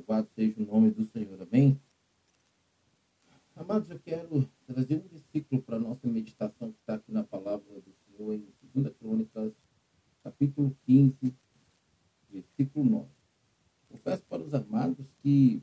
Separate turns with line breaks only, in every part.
Louvado seja o nome do Senhor, amém? Amados, eu quero trazer um versículo para a nossa meditação que está aqui na palavra do Senhor, em 2 Crônicas, capítulo 15, versículo 9. Confesso para os amados que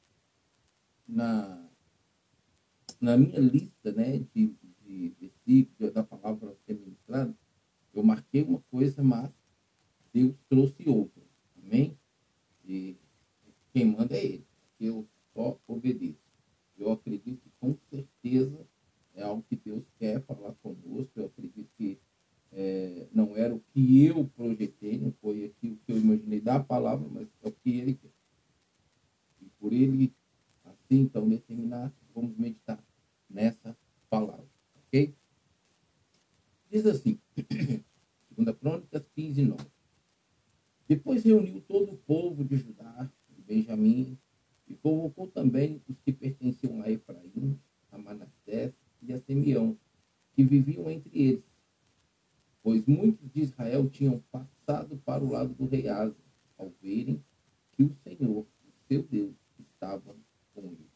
na minha lista, né, de versículos da palavra que é ministrada, eu marquei uma coisa, mas Deus trouxe outra, amém? E quem manda é Ele, eu só obedeço. Eu acredito que, com certeza, é algo que Deus quer falar conosco. Eu acredito que não era o que eu projetei, não foi aquilo que eu imaginei da palavra, mas é o que Ele quer. E por Ele, assim, então, determinar, vamos meditar nessa palavra, ok? Diz assim, 2 Crônicas 15, 9. Depois reuniu todo o povo de Judá, de Benjamim, e convocou também os que pertenciam a Efraim, a Manassés e a Simeão, que viviam entre eles, pois muitos de Israel tinham passado para o lado do rei Asa, ao verem que o Senhor, o seu Deus, estava com eles.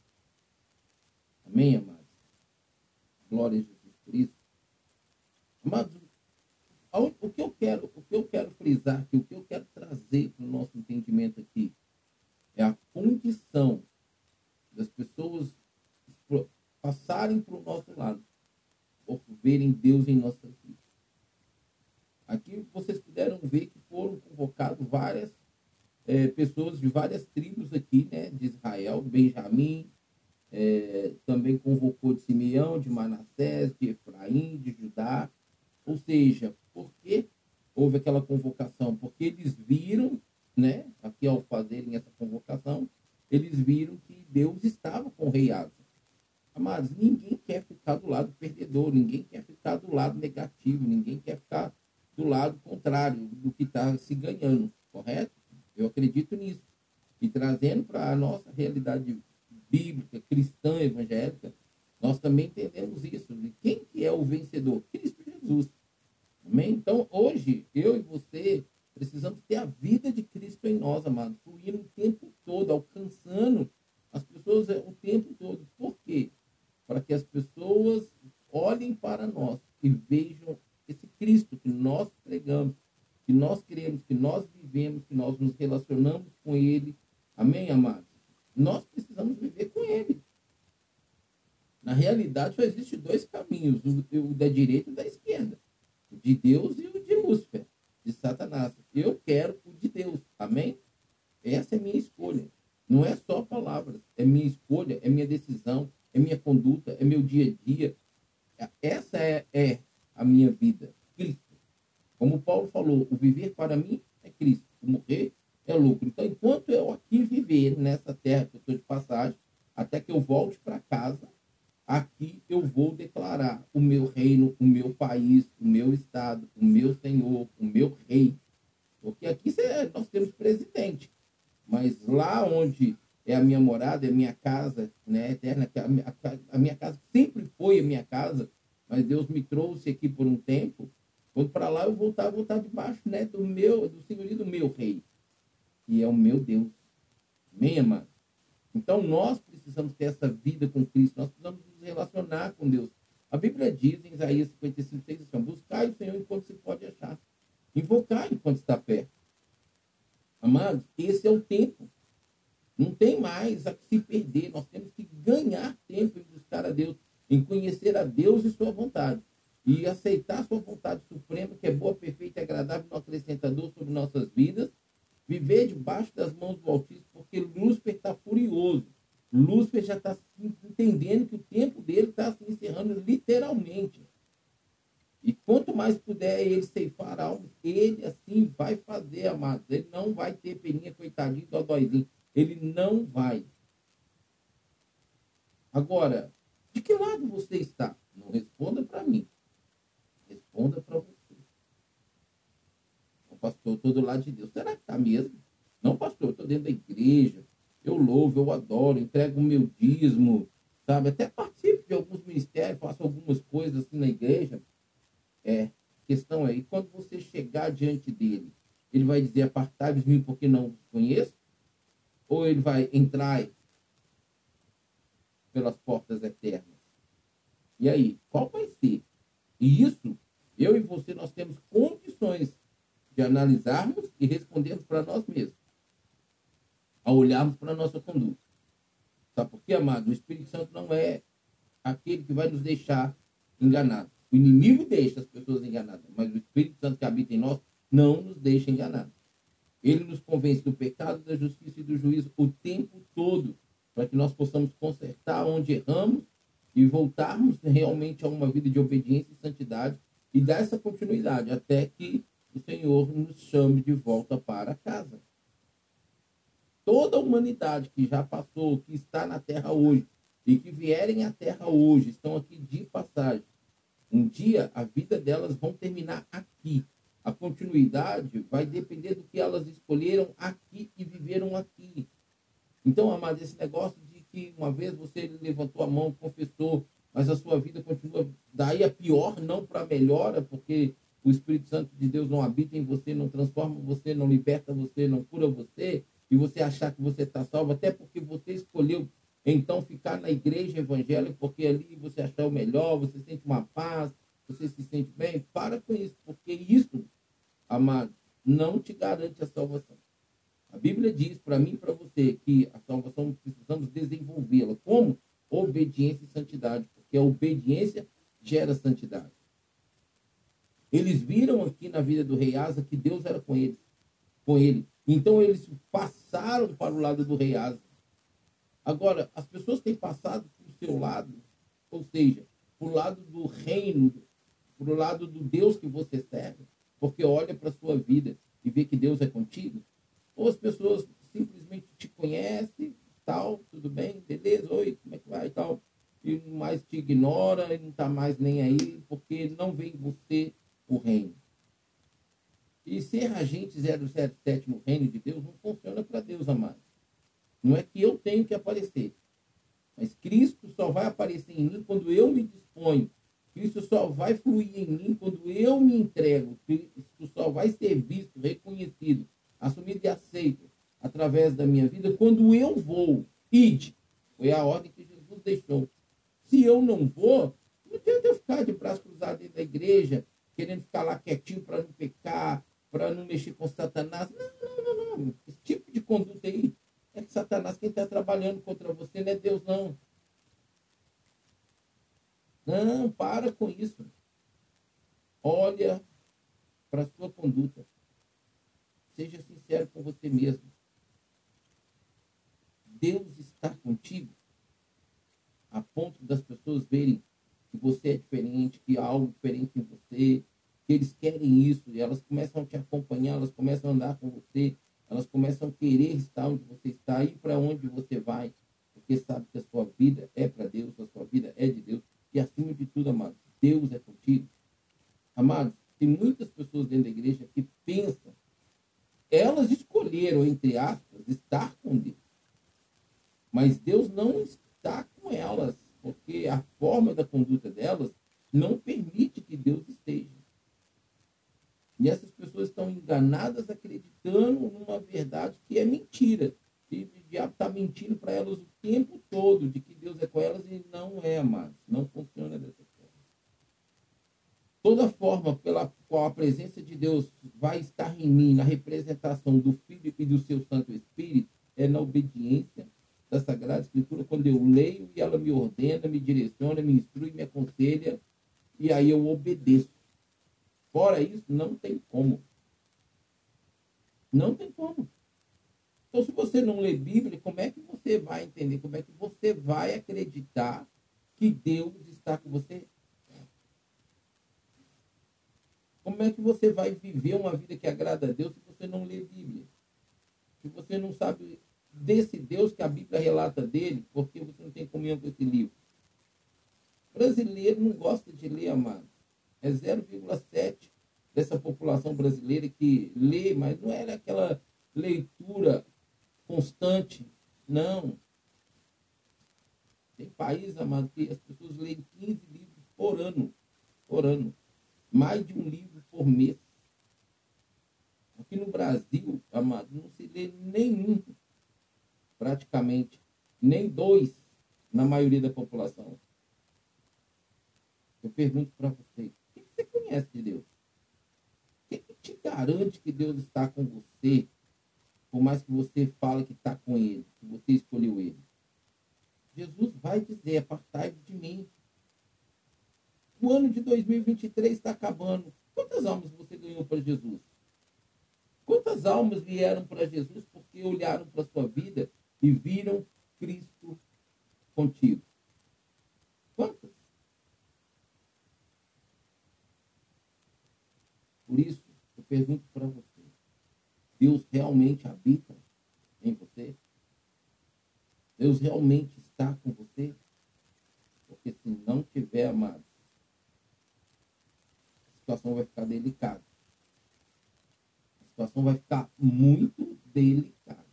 Amém, amados? Glória a Jesus Cristo. Amados, o que eu quero frisar aqui, o que eu quero trazer para o nosso entendimento aqui, é a condição das pessoas passarem para o nosso lado, por verem Deus em nossas vidas. Aqui vocês puderam ver que foram convocadas várias pessoas de várias tribos aqui, né, de Israel, Benjamim, também convocou de Simeão, de Manassés, de Efraim, de Judá. Ou seja, por que houve aquela convocação? Porque eles viram, né, aqui ao fazerem essa convocação, eles viram que Deus estava com o rei Asa. Amados, ninguém quer ficar do lado perdedor, ninguém quer ficar do lado negativo, ninguém quer ficar do lado contrário do que está se ganhando, correto? Eu acredito nisso. E trazendo para a nossa realidade bíblica, cristã, evangélica, nós também entendemos isso. De quem que é o vencedor? Cristo Jesus. Amém? Então, hoje, eu e você precisamos ter a vida de Cristo em nós, amados, fluindo o tempo todo, alcançando as pessoas o tempo todo. Por quê? Para que as pessoas olhem para nós e vejam esse Cristo que nós pregamos, que nós queremos, que nós vivemos, que nós nos relacionamos com Ele. Amém, amados? Nós precisamos viver com Ele. Na realidade, só existe dois caminhos, o da direita e o da esquerda. O de Deus e o de Lúcifer, de Satanás. Eu quero o de Deus. Amém? Essa é minha escolha. Não é só palavras. É minha escolha, é minha decisão, é minha conduta, é meu dia a dia. Essa é a minha vida. Cristo. Como Paulo falou, o viver para mim é Cristo. O morrer é lucro. Então, enquanto eu aqui viver nessa terra que eu estou de passagem, até que eu volte para casa, aqui eu vou declarar o meu reino, o meu país, o meu estado, o meu Senhor, o meu rei. Porque aqui nós temos presidente. Mas lá onde é a minha morada, é a minha casa, né, eterna, a minha casa sempre foi a minha casa, mas Deus me trouxe aqui por um tempo. Quando para lá eu voltar debaixo, né, do senhorio do meu rei, que é o meu Deus. Amém, amado? Então nós precisamos ter essa vida com Cristo, nós precisamos nos relacionar com Deus. A Bíblia diz em Isaías 55:6 assim: buscai o Senhor enquanto se pode achar, invocar enquanto está perto. Amados, esse é o tempo. Não tem mais a que se perder. Nós temos que ganhar tempo em buscar a Deus, em conhecer a Deus e sua vontade. E aceitar a sua vontade suprema, que é boa, perfeita e agradável, não acrescentador sobre nossas vidas. Viver debaixo das mãos do Altíssimo, porque Lúcifer está furioso. Lúcifer já está entendendo que o tempo dele está se encerrando literalmente. E quanto mais puder ele ceifar almas, ele assim vai fazer, amados. Ele não vai ter peninha, coitadinho, dodóizinho. Ele não vai. Agora, de que lado você está? Não responda para mim. Responda para você. O pastor, eu estou do lado de Deus. Será que está mesmo? Não, pastor, eu estou dentro da igreja. Eu louvo, eu adoro, entrego o meu dízimo, sabe? Até participo de alguns ministérios, faço algumas coisas assim na igreja. A questão é, e quando você chegar diante dele, ele vai dizer: apartai-vos de mim porque não os conheço? ou ele vai entrar pelas portas eternas? E aí, qual vai ser? E isso, eu e você, nós temos condições de analisarmos e respondermos para nós mesmos, ao olharmos para a nossa conduta. Sabe por quê, amado? O Espírito Santo não é aquele que vai nos deixar enganados. O inimigo deixa as pessoas enganadas, mas o Espírito Santo que habita em nós não nos deixa enganados. Ele nos convence do pecado, da justiça e do juízo o tempo todo, para que nós possamos consertar onde erramos e voltarmos realmente a uma vida de obediência e santidade e dar essa continuidade até que o Senhor nos chame de volta para casa. Toda a humanidade que já passou, que está na terra hoje e que vierem à terra hoje, estão aqui de passagem. Um dia a vida delas vão terminar aqui. A continuidade vai depender do que elas escolheram aqui e viveram aqui. Então, amado, esse negócio de que uma vez você levantou a mão, confessou, mas a sua vida continua daí a pior, não para melhora, porque o Espírito Santo de Deus não habita em você, não transforma você, não liberta você, não cura você, e você achar que você está salvo, até porque você escolheu então ficar na igreja evangélica, porque ali você achar o melhor, você sente uma paz, você se sente bem. Para com isso, porque isso, amado, não te garante a salvação. A Bíblia diz para mim e para você que a salvação precisamos desenvolvê-la como obediência e santidade, porque a obediência gera santidade. Eles viram aqui na vida do rei Asa que Deus era com eles, com ele. Então eles passaram para o lado do rei Asa. Agora, as pessoas têm passado para o seu lado, ou seja, para o lado do reino, para o lado do Deus que você serve, porque olha para a sua vida e vê que Deus é contigo. Ou as pessoas simplesmente te conhecem, tal, tudo bem, beleza, oi, como é que vai, tal, e mais te ignora e não está mais nem aí, porque não vê em você o reino. E ser agente 007 no reino de Deus não funciona para Deus, amado. Não é que eu tenho que aparecer, mas Cristo só vai aparecer em mim quando eu me disponho. Cristo só vai fluir em mim quando eu me entrego. Cristo só vai ser visto, reconhecido, assumido e aceito através da minha vida quando eu vou. Ide. Foi a ordem que Jesus deixou. Se eu não vou, não adianta eu ficar de braço cruzado dentro da igreja, querendo ficar lá quietinho para não pecar, para não mexer com Satanás. Não. Esse tipo de conduta aí é que Satanás, quem está trabalhando contra você não é Deus, não. Não, para com isso. Olha para a sua conduta. Seja sincero com você mesmo. Deus está contigo a ponto das pessoas verem que você é diferente, que há algo diferente em você, que eles querem isso, e elas começam a te acompanhar, elas começam a andar com você, elas começam a querer estar onde você está e para onde você vai, porque sabe que a sua vida é para Deus, a sua vida é de Deus, e acima de tudo, amados, Deus é contigo. Amados, tem muitas pessoas dentro da igreja que pensam, elas escolheram, entre aspas, estar com Deus, mas Deus não está com elas, porque a forma da conduta delas não permite que Deus esteja. E essas pessoas estão enganadas, acreditando numa verdade que é mentira. E o diabo está mentindo para elas o tempo todo de que Deus é com elas e não é, amados. Não funciona dessa forma. Toda forma pela qual a presença de Deus vai estar em mim, na representação do Filho e do seu Santo Espírito, é na obediência da Sagrada Escritura, quando eu leio e ela me ordena, me direciona, me instrui, me aconselha, e aí eu obedeço. Fora isso, não tem como. Não tem como. Então, se você não lê Bíblia, como é que você vai entender? Como é que você vai acreditar que Deus está com você? Como é que você vai viver uma vida que agrada a Deus se você não lê Bíblia? Se você não sabe desse Deus que a Bíblia relata dele, porque você não tem comunhão com esse livro. O brasileiro não gosta de ler, amado. É 0,7 dessa população brasileira que lê, mas não é aquela leitura constante, não. Tem país, amado, que as pessoas leem 15 livros por ano. Mais de um livro por mês. Aqui no Brasil, amado, não se lê nenhum. praticamente nem 2 na maioria da população. Eu pergunto para você, o que você conhece de Deus? O que te garante que Deus está com você, por mais que você fale que está com Ele, que você escolheu Ele? Jesus vai dizer, apartai-vos de mim. O ano de 2023 está acabando. Quantas almas você ganhou para Jesus? Quantas almas vieram para Jesus porque olharam para a sua vida e viram Cristo contigo? Quantas? Por isso, eu pergunto para você, Deus realmente habita em você? Deus realmente está com você? Porque se não tiver, amado, a situação vai ficar delicada. A situação vai ficar muito delicada.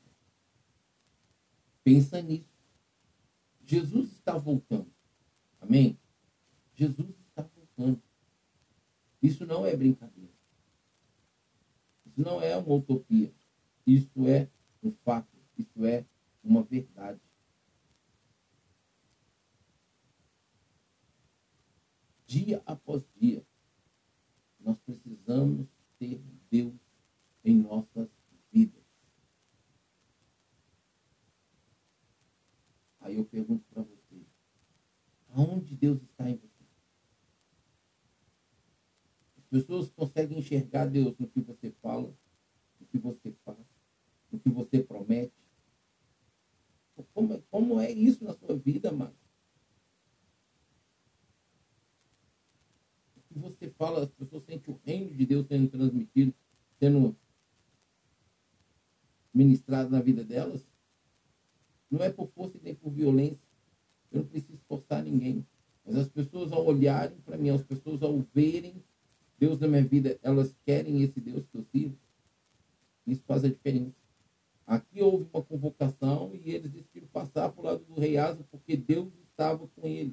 Pensa nisso. Jesus está voltando. Amém? Jesus está voltando. Isso não é brincadeira. Isso não é uma utopia. Isso é um fato. Isso é uma verdade. Dia após dia, nós precisamos ter Deus em nossas vidas. Aí eu pergunto para você, aonde Deus está em você? As pessoas conseguem enxergar Deus no que você fala, no que você faz, no que você promete. Como é isso na sua vida, mano? O que você fala, as pessoas sentem o reino de Deus sendo transmitido, sendo ministrado na vida delas. Não é por força e nem por violência. Eu não preciso forçar ninguém. Mas as pessoas, ao olharem para mim, as pessoas, ao verem Deus na minha vida, elas querem esse Deus que eu sirvo. Isso faz a diferença. Aqui houve uma convocação e eles decidiram passar para o lado do rei Asa porque Deus estava com ele.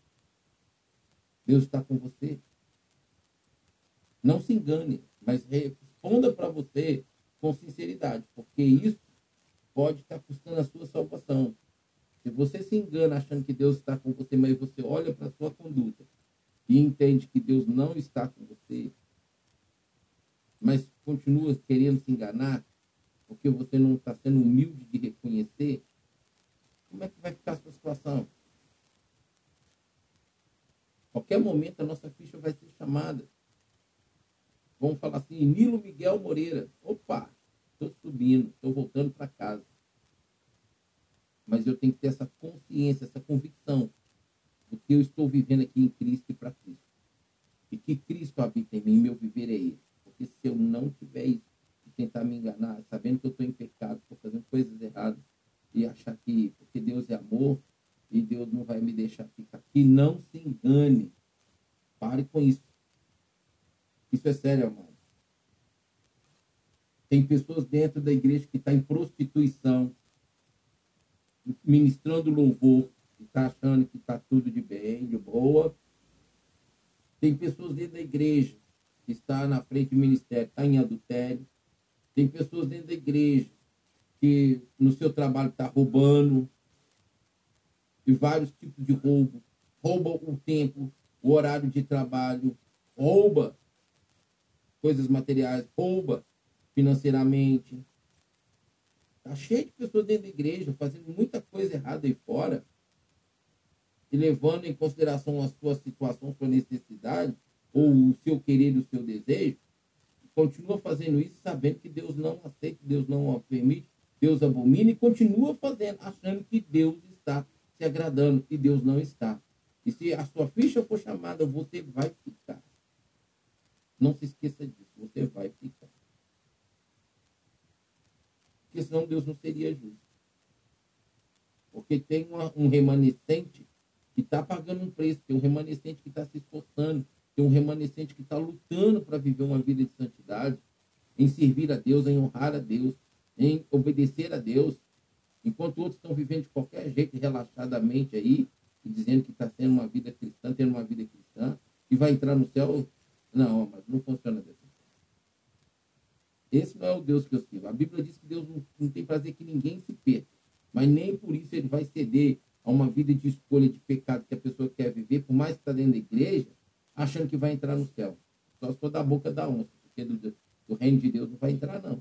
Deus está com você. Não se engane, mas responda para você com sinceridade, porque isso pode estar custando a sua salvação. Se você se engana achando que Deus está com você, mas você olha para a sua conduta e entende que Deus não está com você, mas continua querendo se enganar, porque você não está sendo humilde de reconhecer, como é que vai ficar a sua situação? Qualquer momento a nossa ficha vai ser chamada. Vamos falar assim, Nilo Miguel Moreira. Opa, estou subindo, estou voltando para casa. Mas eu tenho que ter essa consciência, essa convicção do que eu estou vivendo aqui em Cristo e para Cristo. E que Cristo habita em mim, meu viver é Ele. Porque se eu não tiver isso, e tentar me enganar, sabendo que eu estou em pecado, estou fazendo coisas erradas, e achar que porque Deus é amor, e Deus não vai me deixar ficar aqui, não se engane. Pare com isso. Isso é sério, amado. Tem pessoas dentro da igreja que estão em prostituição, ministrando louvor, e está achando que está tudo de bem, de boa. Tem pessoas dentro da igreja que está na frente do ministério, está em adultério. Tem pessoas dentro da igreja que no seu trabalho está roubando, e vários tipos de roubo. Rouba o tempo, o horário de trabalho, rouba coisas materiais, rouba financeiramente. Está cheio de pessoas dentro da igreja fazendo muita coisa errada aí fora e levando em consideração a sua situação, sua necessidade, ou o seu querer, o seu desejo, e continua fazendo isso sabendo que Deus não aceita, Deus não permite, Deus abomina e continua fazendo, achando que Deus está se agradando, que Deus não está. E se a sua ficha for chamada, você vai ficar. Não se esqueça disso, você vai ficar. Porque senão Deus não seria justo. Porque tem um remanescente que está pagando um preço, tem um remanescente que está se esforçando, tem um remanescente que está lutando para viver uma vida de santidade, em servir a Deus, em honrar a Deus, em obedecer a Deus, enquanto outros estão vivendo de qualquer jeito, relaxadamente aí, e dizendo que está tendo uma vida cristã, tendo uma vida cristã, e vai entrar no céu. Não, mas não funciona dessa forma. Esse não é o Deus que eu sirvo. A Bíblia diz que Deus não tem prazer que ninguém se perca. mas nem por isso ele vai ceder a uma vida de escolha de pecado que a pessoa quer viver, por mais que está dentro da igreja, achando que vai entrar no céu. Só se for da boca da onça, porque do reino de Deus não vai entrar, não.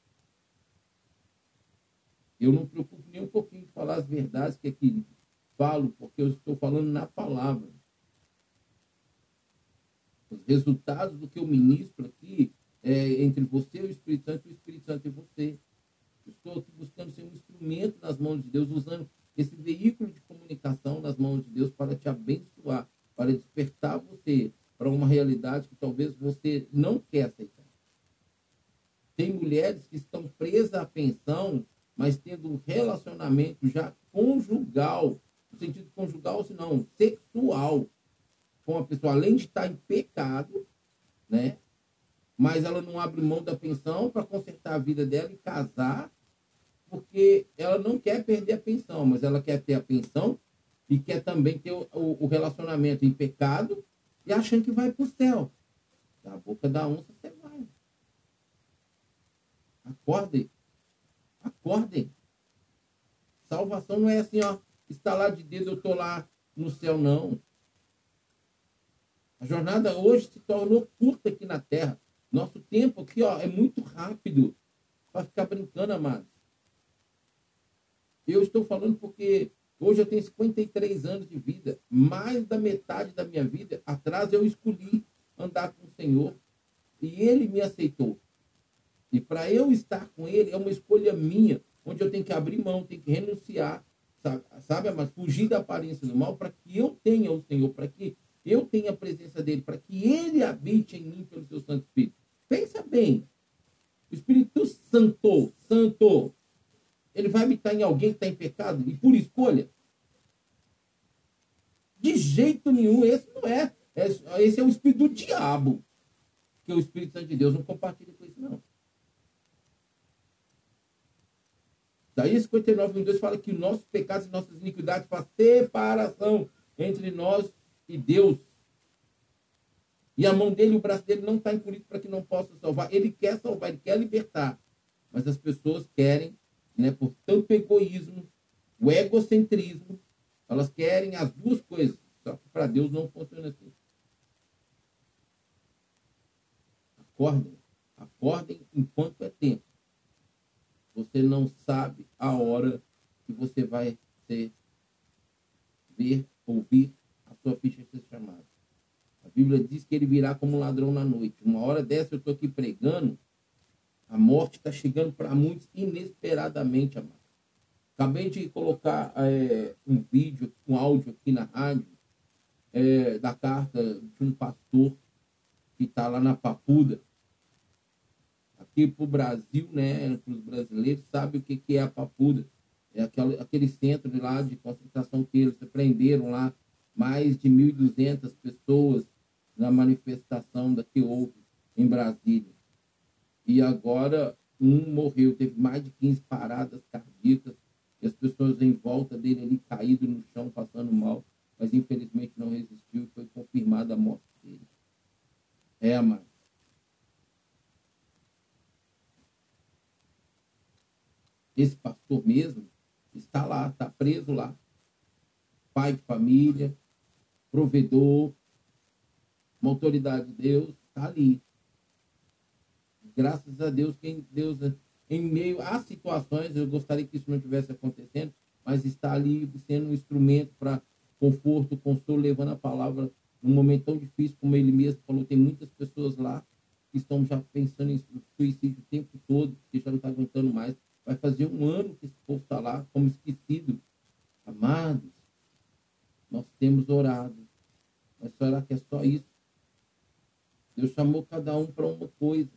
Eu não me preocupo nem um pouquinho de falar as verdades que aqui falo, porque eu estou falando na palavra. Os resultados do que eu ministro aqui é entre você e o Espírito Santo e você. Eu estou aqui buscando ser um instrumento nas mãos de Deus, usando esse veículo de comunicação nas mãos de Deus para te abençoar, para despertar você para uma realidade que talvez você não quer aceitar. Tem mulheres que estão presas à pensão, mas tendo um relacionamento já conjugal, no sentido conjugal, se não, sexual, com a pessoa, além de estar em pecado, né? Mas ela não abre mão da pensão para consertar a vida dela e casar, porque ela não quer perder a pensão, mas ela quer ter a pensão e quer também ter o relacionamento em pecado e achando que vai para o céu. Da boca da onça você vai. Acordem. Acordem. Salvação não é assim, ó, estalar de dedo, eu estou lá no céu, não. A jornada hoje se tornou curta aqui na Terra. Nosso tempo aqui, ó, é muito rápido para ficar brincando, amados. Eu estou falando porque hoje eu tenho 53 anos de vida. Mais da metade da minha vida atrás eu escolhi andar com o Senhor. E Ele me aceitou. E para eu estar com Ele é uma escolha minha, onde eu tenho que abrir mão, tenho que renunciar, sabe, mas fugir da aparência do mal para que eu tenha o Senhor, para que eu tenha a presença dEle, para que Ele habite em mim pelo seu Santo Espírito. Pensa bem, o Espírito Santo, ele vai habitar em alguém que está em pecado e por escolha? De jeito nenhum, esse não é. Esse é o Espírito do diabo, que o Espírito Santo de Deus não compartilha com isso, não. Daí 59:2 fala que nossos pecados e nossas iniquidades fazem separação entre nós e Deus. E a mão dele, o braço dele não está encolhido para que não possa salvar. Ele quer salvar, ele quer libertar. Mas as pessoas querem, né, por tanto egoísmo, o egocentrismo, elas querem as duas coisas. Só que para Deus não funciona assim. Acordem. Acordem enquanto é tempo. Você não sabe a hora que você vai ouvir a sua ficha ser chamada. A Bíblia diz que ele virá como um ladrão na noite. Uma hora dessa eu estou aqui pregando, a morte está chegando para muitos inesperadamente, amado. Acabei de colocar um vídeo, um áudio aqui na rádio, da carta de um pastor que está lá na Papuda. Aqui para o Brasil, né, para os brasileiros, sabe o que é a Papuda. É aquele centro de lá de concentração que eles prenderam lá mais de 1.200 pessoas na manifestação da que houve em Brasília. E agora um morreu, teve mais de 15 paradas cardíacas, e as pessoas em volta dele ali caído no chão, passando mal, mas infelizmente não resistiu e foi confirmada a morte dele. Amado. Esse pastor mesmo está lá, está preso lá. Pai de família, provedor, uma autoridade de Deus, está ali. Graças a Deus, em meio a situações, eu gostaria que isso não estivesse acontecendo, mas está ali sendo um instrumento para conforto, consolo, levando a palavra num momento tão difícil, como ele mesmo falou. Tem muitas pessoas lá que estão já pensando em suicídio o tempo todo, que já não está aguentando mais. Vai fazer um ano que esse povo está lá, como esquecido. Amados, nós temos orado. Mas será que é só isso? Deus chamou cada um para uma coisa.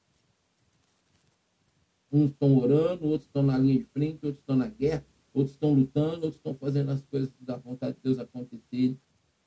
Uns estão orando, outros estão na linha de frente, outros estão na guerra, outros estão lutando, outros estão fazendo as coisas da vontade de Deus acontecerem.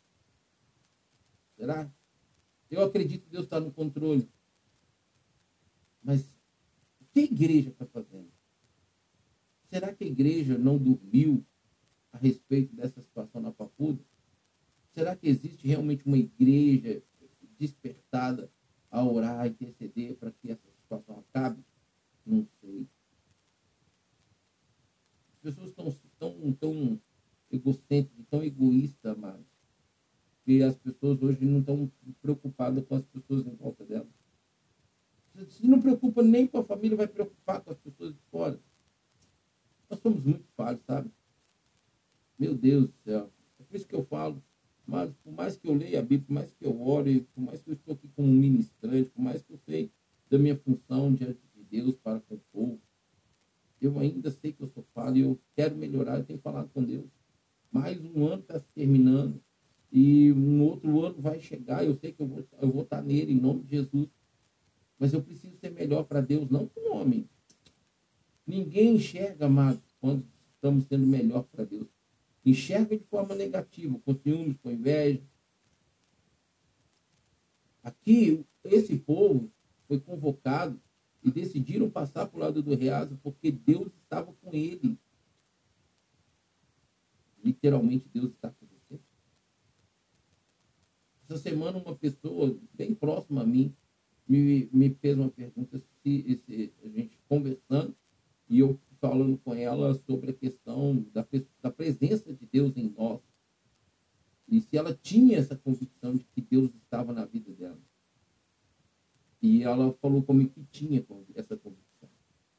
Será? Eu acredito que Deus está no controle. Mas o que a igreja está fazendo? Será que a igreja não dormiu a respeito dessa situação na Papuda? Será que existe realmente uma igreja despertada a orar, a interceder para que essa situação acabe? Não sei. pessoas estão tão egocêntricas, tão egoístas, amado, que as pessoas hoje não estão preocupadas com as pessoas em volta delas. Se não preocupa nem com a família, vai preocupar com as pessoas de fora. Nós somos muito falhos, sabe? Meu Deus do céu. É por isso que eu falo, mas por mais que eu leia a Bíblia, por mais que eu ore, por mais que eu estou aqui como ministrante, por mais que eu sei da minha função diante de Deus para com o povo, eu ainda sei que eu sou falho e eu quero melhorar, eu tenho falado com Deus. Mais um ano está se terminando e um outro ano vai chegar, eu sei que eu vou estar nele, em nome de Jesus, mas eu preciso ser melhor para Deus, não para o homem. Ninguém enxerga, amado, quando estamos sendo melhor para Deus. Enxerga de forma negativa, com ciúmes, com inveja. Aqui, esse povo foi convocado e decidiram passar para o lado do Reasa porque Deus estava com ele. Literalmente, Deus está com você. Essa semana, uma pessoa bem próxima a mim me fez uma pergunta, a gente conversando, e eu falando com ela sobre a questão da presença de Deus em nós. E se ela tinha essa convicção de que Deus estava na vida dela. E ela falou comigo que tinha essa convicção.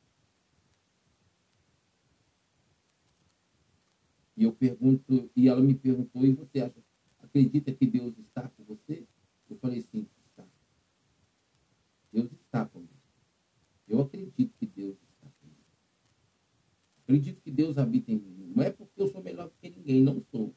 E eu pergunto, e ela me perguntou, e você acredita que Deus está com você? Eu falei, sim, está. Deus está comigo. Eu acredito que Deus está comigo. Acredito que Deus habita em mim. Não é porque eu sou melhor do que ninguém, não sou.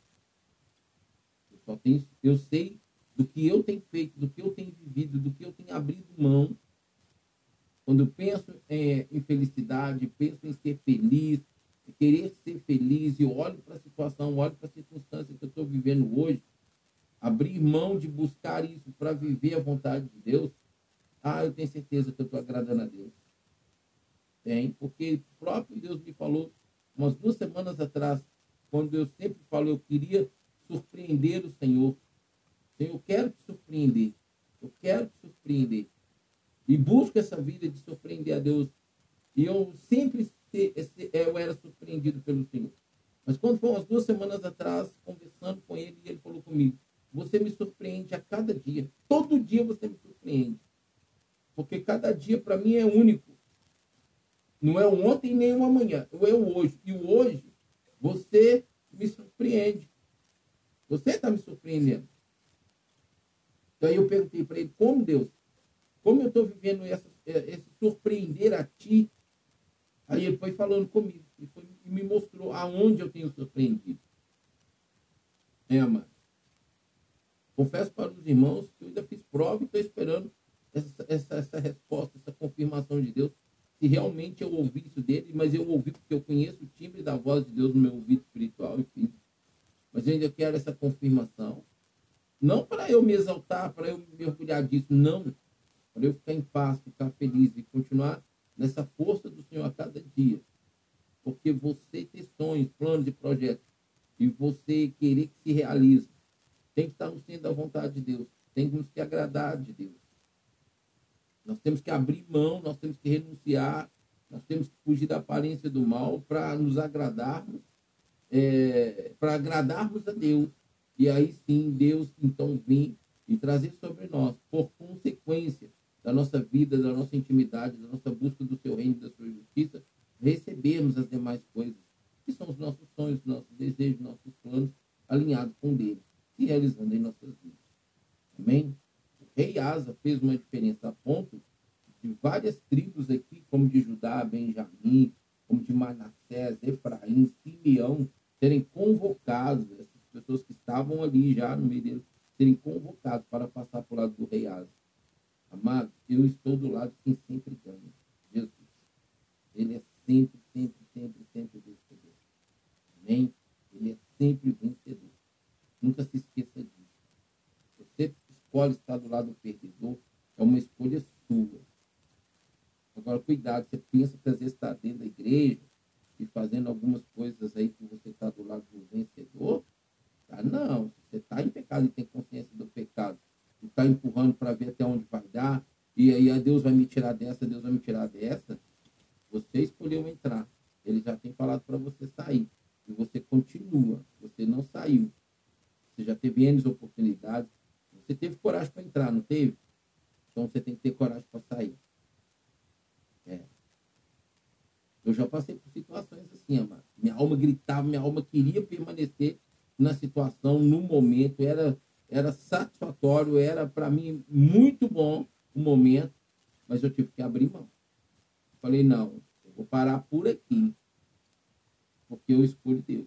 Eu sei do que eu tenho feito, do que eu tenho vivido, do que eu tenho abrido mão. Quando eu penso em felicidade, penso em ser feliz, em querer ser feliz, e olho para a situação, olho para a circunstância que eu estou vivendo hoje, abrir mão de buscar isso para viver a vontade de Deus, eu tenho certeza que eu estou agradando a Deus. Porque o próprio Deus me falou umas 2 semanas atrás, quando eu sempre falo, eu queria surpreender o Senhor. Senhor, eu quero te surpreender. Eu quero te surpreender. E busco essa vida de surpreender a Deus. E eu sempre eu era surpreendido pelo Senhor. Mas quando foi umas 2 semanas atrás, conversando com ele, ele falou comigo, você me surpreende a cada dia. Todo dia você me surpreende. Porque cada dia para mim é único. Não é o ontem nem o amanhã. É o hoje. E o hoje, você me surpreende. Você está me surpreendendo. Então aí eu perguntei para ele, como Deus? Como eu estou vivendo esse surpreender a ti? Aí ele foi falando comigo. E me mostrou aonde eu tenho surpreendido. Mano. Confesso para os irmãos que eu ainda fiz prova e estou esperando essa resposta, essa confirmação de Deus. Se realmente eu ouvi isso dele, mas eu ouvi porque eu conheço o timbre da voz de Deus no meu ouvido espiritual e físico. Mas eu ainda quero essa confirmação. Não para eu me exaltar, para eu me orgulhar disso, não. Para eu ficar em paz, ficar feliz e continuar nessa força do Senhor a cada dia. Porque você ter sonhos, planos e projetos, e você querer que se realize, tem que estar no centro da vontade de Deus. Temos que agradar de Deus. Nós temos que abrir mão, nós temos que renunciar, nós temos que fugir da aparência do mal para nos agradarmos, para agradarmos a Deus. E aí sim, Deus então vir e trazer sobre nós, por consequência da nossa vida, da nossa intimidade, da nossa busca do seu reino e da sua justiça, recebermos as demais coisas, que são os nossos sonhos, nossos desejos, nossos planos, alinhados com Deus e realizando em nossas vidas. Amém? O rei Asa fez uma diferença a ponto de várias tribos aqui, como de Judá, Benjamim, como de Manassés, Efraim, Simeão, serem convocados, essas pessoas que estavam ali já no meio deles, serem convocados para passar por lado do rei Asa. Amado, eu estou do lado de quem sempre ganha. Jesus. Ele é sempre, sempre, sempre, sempre vencedor. Amém? Ele é sempre vencedor. Nunca se esqueça disso. Você escolhe estar do lado do perdedor, é uma escolha sua. Agora, cuidado, você pensa que às vezes está dentro da igreja e fazendo algumas coisas aí que você está do lado do vencedor. Tá? Não, você está em pecado e tem consciência do pecado. E está empurrando para ver até onde vai dar. E aí, Deus vai me tirar dessa, Deus vai me tirar dessa. Você escolheu entrar. Ele já tem falado para você sair. teve N oportunidades. Você teve coragem para entrar, não teve? Então você tem que ter coragem para sair. Eu já passei por situações assim, amado. Minha alma gritava, minha alma queria permanecer na situação, no momento. Era satisfatório, era para mim muito bom o momento, mas eu tive que abrir mão. Falei, não, eu vou parar por aqui, porque eu escolho Deus.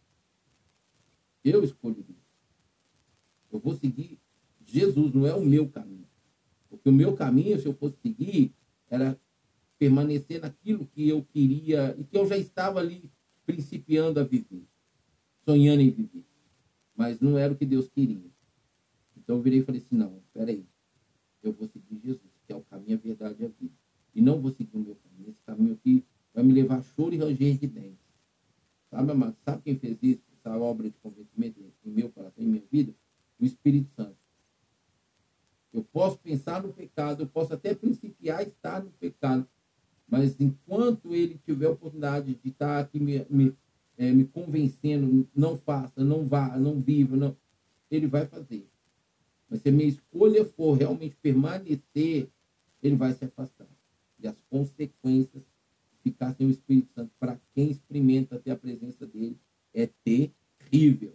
Eu escolho Deus. Eu vou seguir Jesus, não é o meu caminho. Porque o meu caminho, se eu fosse seguir, era permanecer naquilo que eu queria e que eu já estava ali principiando a viver, sonhando em viver. Mas não era o que Deus queria. Então eu virei e falei assim, não, espera aí, eu vou seguir Jesus, que é o caminho, a verdade e a vida. E não vou seguir o meu caminho. Esse caminho aqui vai me levar a choro e ranger de dentes. Sabe, amado? Sabe quem fez isso? Essa obra de convencimento em meu coração, em minha vida? O Espírito Santo. Eu posso pensar no pecado, eu posso até principiar a estar no pecado, mas enquanto ele tiver a oportunidade de estar aqui me convencendo, não faça, não vá, não viva, não, ele vai fazer. Mas se a minha escolha for realmente permanecer, ele vai se afastar. E as consequências de ficar sem o Espírito Santo, para quem experimenta ter a presença dele, é terrível.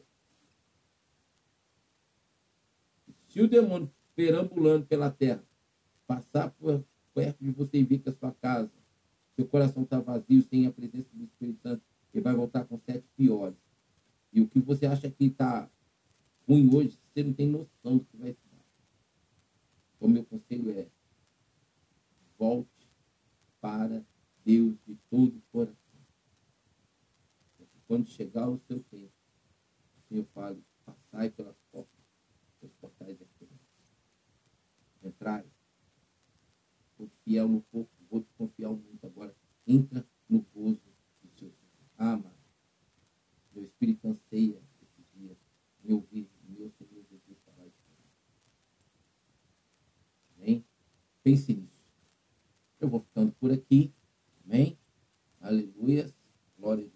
Se o demônio perambulando pela terra passar por perto de você e ver que a sua casa, seu coração está vazio, sem a presença do Espírito Santo, ele vai voltar com 7 piores. E o que você acha que está ruim hoje, você não tem noção do que vai estar. O meu conselho é: volte para Deus de todo o coração. Porque quando chegar o seu tempo, o Senhor fale, passai pelas portas, os portais da esperança. Entrai. Vou te fiel no pouco, vou te confiar muito. Agora entra no gozo do seu Senhor. Ah, amado, meu espírito anseia esses dias me ouvir meu Senhor Jesus falar isso. Amém? Pense nisso. Eu vou ficando por aqui. Amém? Aleluia. Glória a Deus.